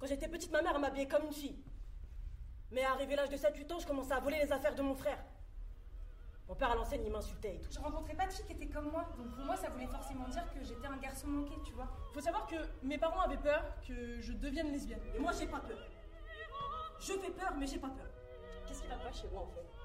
Quand j'étais petite, ma mère m'habillait comme une fille. Mais arrivé l'âge de 7-8 ans, je commençais à voler les affaires de mon frère. Mon père à l'enseigne, il m'insultait et tout. Je rencontrais pas de filles qui étaient comme moi, donc pour moi ça voulait forcément dire que j'étais un garçon manqué, tu vois. Faut savoir que mes parents avaient peur que je devienne lesbienne. Et moi, j'ai pas peur. Je fais peur, mais j'ai pas peur. Qu'est-ce qui va pas chez moi en fait?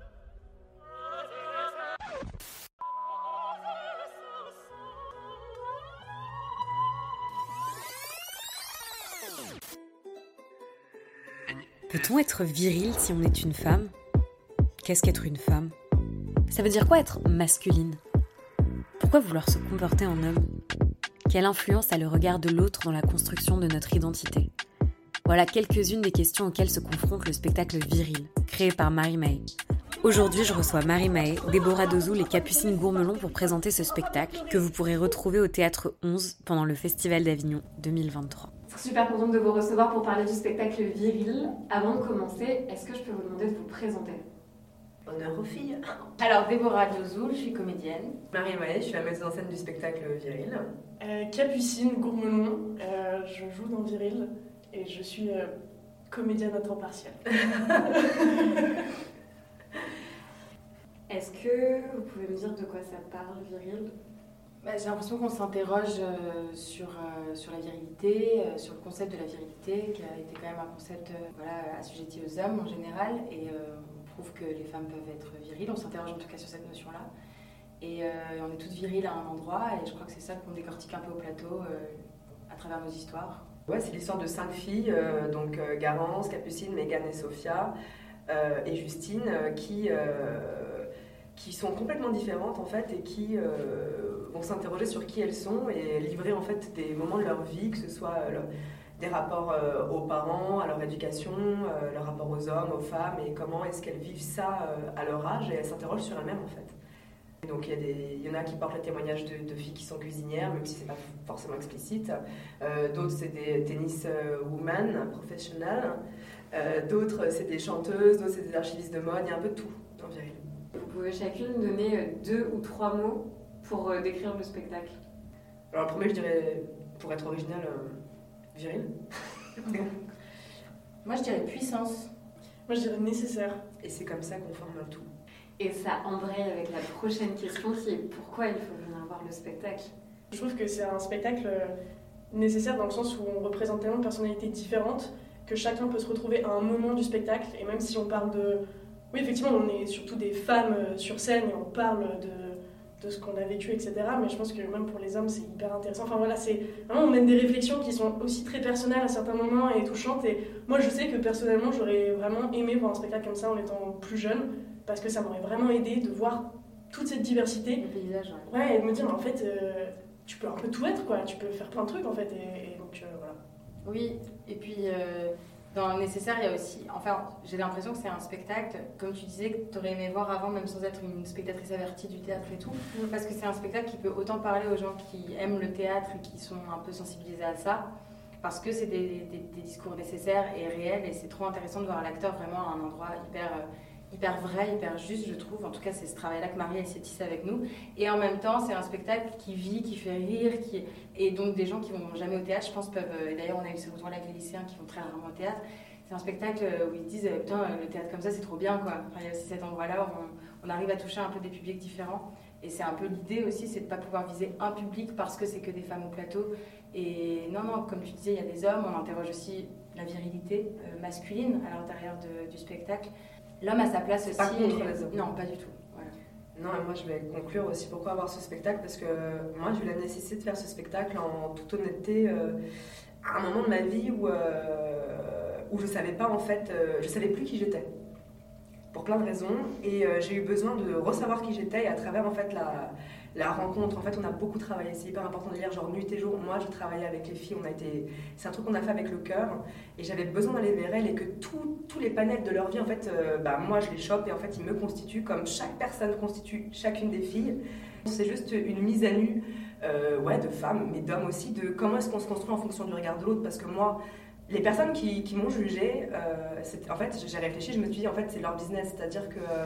Peut-on être viril si on est une femme? Qu'est-ce qu'être une femme? Ça veut dire quoi être masculine? Pourquoi vouloir se comporter en homme? Quelle influence a le regard de l'autre dans la construction de notre identité? Voilà quelques-unes des questions auxquelles se confronte le spectacle Viril, créé par Marie Mahé. Aujourd'hui, je reçois Marie Mahé, Déborah Dozoul et Capucine Gourmelon pour présenter ce spectacle que vous pourrez retrouver au Théâtre 11 pendant le Festival d'Avignon 2023. Super contente de vous recevoir pour parler du spectacle Viril. Avant de commencer, est-ce que je peux vous demander de vous présenter? Honneur aux filles. Alors, Déborah Dozoul, je suis comédienne. Marie Mahé, je suis la metteuse en scène du spectacle Viril. Capucine Gourmelon, je joue dans Viril et je suis comédienne à temps partiel. Est-ce que vous pouvez me dire de quoi ça parle, Viril? J'ai l'impression qu'on s'interroge sur la virilité, sur le concept de la virilité, qui a été quand même un concept assujetti aux hommes en général, et on prouve que les femmes peuvent être viriles, on s'interroge en tout cas sur cette notion-là, et on est toutes viriles à un endroit, et je crois que c'est ça qu'on décortique un peu au plateau à travers nos histoires. Ouais, c'est l'histoire de 5 filles, donc Garance, Capucine, Mégane et Sophia, et Justine, qui sont complètement différentes en fait, et qui vont s'interroger sur qui elles sont et livrer en fait des moments de leur vie, que ce soit des rapports aux parents, à leur éducation, leur rapport aux hommes, aux femmes, et comment est-ce qu'elles vivent ça à leur âge, et elles s'interrogent sur elles-mêmes en fait. Et donc il y en a qui portent les témoignages de filles qui sont cuisinières, même si c'est pas forcément explicite. D'autres c'est des tennis women professionnelles, d'autres c'est des chanteuses, d'autres c'est des archivistes de mode, il y a un peu de tout dans Viril. Vous pouvez chacune donner 2 ou 3 mots pour décrire le spectacle. Alors le premier, je dirais, pour être original, viril. Moi je dirais puissance. Moi je dirais nécessaire. Et c'est comme ça qu'on forme un tout. Et ça embraye avec la prochaine question qui est pourquoi il faut venir voir le spectacle? Je trouve que c'est un spectacle nécessaire dans le sens où on représente tellement de personnalités différentes que chacun peut se retrouver à un moment du spectacle, et même si on parle de... Oui, effectivement, on est surtout des femmes sur scène et on parle de ce qu'on a vécu, etc. Mais je pense que même pour les hommes, c'est hyper intéressant. Enfin voilà, c'est vraiment, on mène des réflexions qui sont aussi très personnelles à certains moments et touchantes. Et moi, je sais que personnellement, j'aurais vraiment aimé voir un spectacle comme ça en étant plus jeune, parce que ça m'aurait vraiment aidé de voir toute cette diversité. Le paysage, ouais, et de me dire, en fait, tu peux un peu tout être, quoi. Tu peux faire plein de trucs, en fait. Et donc, voilà. Oui, et puis... Dans le nécessaire, il y a aussi... Enfin, j'ai l'impression que c'est un spectacle, comme tu disais, que tu aurais aimé voir avant, même sans être une spectatrice avertie du théâtre et tout, parce que c'est un spectacle qui peut autant parler aux gens qui aiment le théâtre et qui sont un peu sensibilisés à ça, parce que c'est des discours nécessaires et réels, et c'est trop intéressant de voir l'acteur vraiment à un endroit hyper vrai, hyper juste, je trouve. En tout cas, c'est ce travail-là que Marie s'est tissé avec nous. Et en même temps, c'est un spectacle qui vit, qui fait rire, et donc des gens qui vont jamais au théâtre, je pense, peuvent... Et d'ailleurs, on a eu ce retour-là avec les lycéens qui vont très rarement au théâtre. C'est un spectacle où ils disent « Putain, le théâtre comme ça, c'est trop bien, quoi ». Enfin, il y a aussi cet endroit-là où on arrive à toucher un peu des publics différents. Et c'est un peu l'idée aussi, c'est de ne pas pouvoir viser un public parce que c'est que des femmes au plateau. Et non, comme tu disais, il y a des hommes. On interroge aussi la virilité masculine à l'intérieur du spectacle. L'homme a sa place aussi. Pas contre les hommes. Non, pas du tout. Voilà. Non, et moi je vais conclure aussi pourquoi avoir ce spectacle, parce que moi j'ai eu la nécessité de faire ce spectacle en toute honnêteté à un moment de ma vie où je savais pas en fait, je savais plus qui j'étais. Pour plein de raisons, et j'ai eu besoin de ressavoir qui j'étais, et à travers en fait la rencontre, en fait on a beaucoup travaillé, c'est hyper important de dire, genre nuit et jour. Moi je travaillais avec les filles, c'est un truc qu'on a fait avec le cœur, et j'avais besoin d'aller vers elles, et que tous les panels de leur vie en fait, moi je les chope, et en fait ils me constituent comme chaque personne constitue chacune des filles. C'est juste une mise à nu de femmes, mais d'hommes aussi, de comment est-ce qu'on se construit en fonction du regard de l'autre, parce que moi, les personnes qui m'ont jugée, en fait, j'ai réfléchi, je me suis dit, en fait, c'est leur business, c'est-à-dire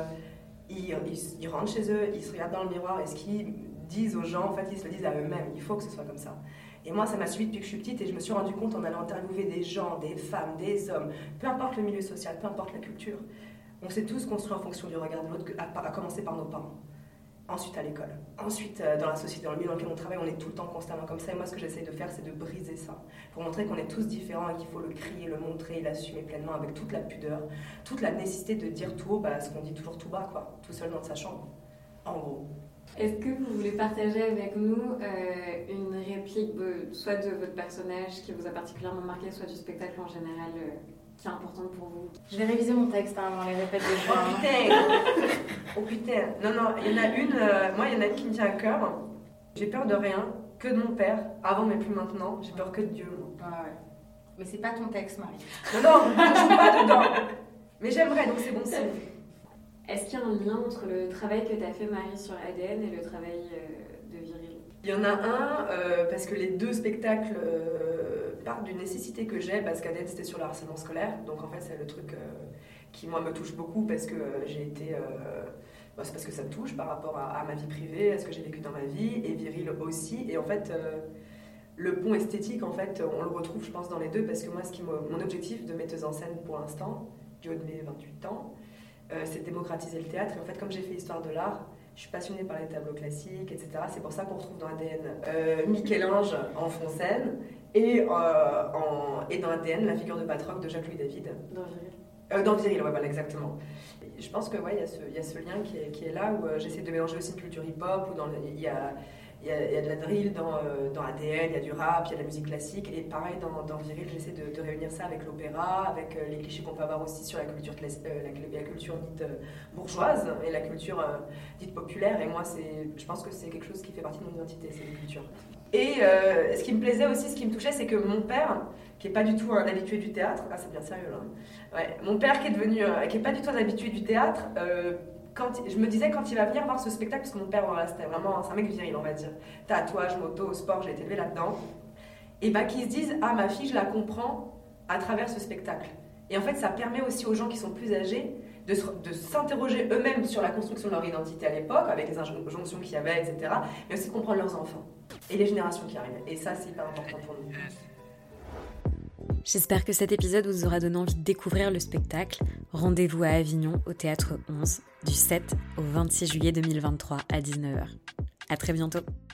qu'ils rentrent chez eux, ils se regardent dans le miroir, et ce qu'ils disent aux gens, en fait, ils se le disent à eux-mêmes, il faut que ce soit comme ça. Et moi, ça m'a suivi depuis que je suis petite et je me suis rendu compte en allant interviewer des gens, des femmes, des hommes, peu importe le milieu social, peu importe la culture, on s'est tous construits en fonction du regard de l'autre, à commencer par nos parents. Ensuite à l'école, ensuite dans la société, dans le milieu dans lequel on travaille, on est tout le temps constamment comme ça. Et moi, ce que j'essaie de faire, c'est de briser ça, pour montrer qu'on est tous différents et qu'il faut le crier, le montrer, l'assumer pleinement avec toute la pudeur, toute la nécessité de dire tout haut ce qu'on dit toujours tout bas, quoi, tout seul dans sa chambre, en gros. Est-ce que vous voulez partager avec nous une réplique, soit de votre personnage qui vous a particulièrement marqué, soit du spectacle en général qui est importante pour vous? Je vais réviser mon texte avant les répètes de fois. Oh putain. Oh putain. Non, il y en a une, moi il y en a une qui me tient à cœur. J'ai peur de rien, que de mon père, avant mais plus maintenant. J'ai peur que de Dieu, moi. Ah ouais. Mais c'est pas ton texte, Marie. Non, je ne joue pas dedans. Mais j'aimerais, donc c'est bon signe. Est-ce qu'il y a un lien entre le travail que tu as fait, Marie, sur ADN et le travail de Viril? Il y en a un, parce que les deux spectacles partent d'une nécessité que j'ai, parce qu'ADN c'était sur le harcèlement scolaire, donc en fait c'est le truc qui moi me touche beaucoup, parce que j'ai été... c'est parce que ça me touche par rapport à ma vie privée, à ce que j'ai vécu dans ma vie, et Viril aussi, et en fait... le pont esthétique, en fait, on le retrouve, je pense, dans les deux, parce que moi, mon objectif de metteuse en scène pour l'instant, du haut de mes 28 ans, c'est de démocratiser le théâtre. Et en fait, comme j'ai fait histoire de l'art, je suis passionnée par les tableaux classiques, etc. C'est pour ça qu'on retrouve dans ADN Michel-Ange en fond scène et dans ADN la figure de Patrocle de Jacques-Louis David. Dans Viril. Dans Viril, ouais, voilà, exactement. Et je pense que ouais, il y a ce lien qui est là où j'essaie de mélanger aussi une culture hip-hop où il y a de la drill dans ADN, il y a du rap, il y a de la musique classique, et pareil dans Viril, j'essaie de réunir ça avec l'opéra, avec les clichés qu'on peut avoir aussi sur la culture dite bourgeoise et la culture dite populaire, et moi je pense que c'est quelque chose qui fait partie de mon identité, c'est une culture. Et ce qui me plaisait aussi, ce qui me touchait, c'est que mon père, qui n'est pas du tout un habitué du théâtre, c'est bien sérieux là, ouais, mon père qui est pas du tout un habitué du théâtre, je me disais quand il va venir voir ce spectacle, parce que mon père, voilà, c'est un mec viril, on va dire, tatouage, moto, sport, j'ai été élevée là-dedans, et qu'ils se disent, ah ma fille, je la comprends à travers ce spectacle. Et en fait, ça permet aussi aux gens qui sont plus âgés de s'interroger eux-mêmes sur la construction de leur identité à l'époque, avec les injonctions qu'il y avait, etc., mais aussi de comprendre leurs enfants et les générations qui arrivent. Et ça, c'est hyper important pour nous. J'espère que cet épisode vous aura donné envie de découvrir le spectacle. Rendez-vous à Avignon, au Théâtre 11, du 7 au 26 juillet 2023 à 19h. À très bientôt.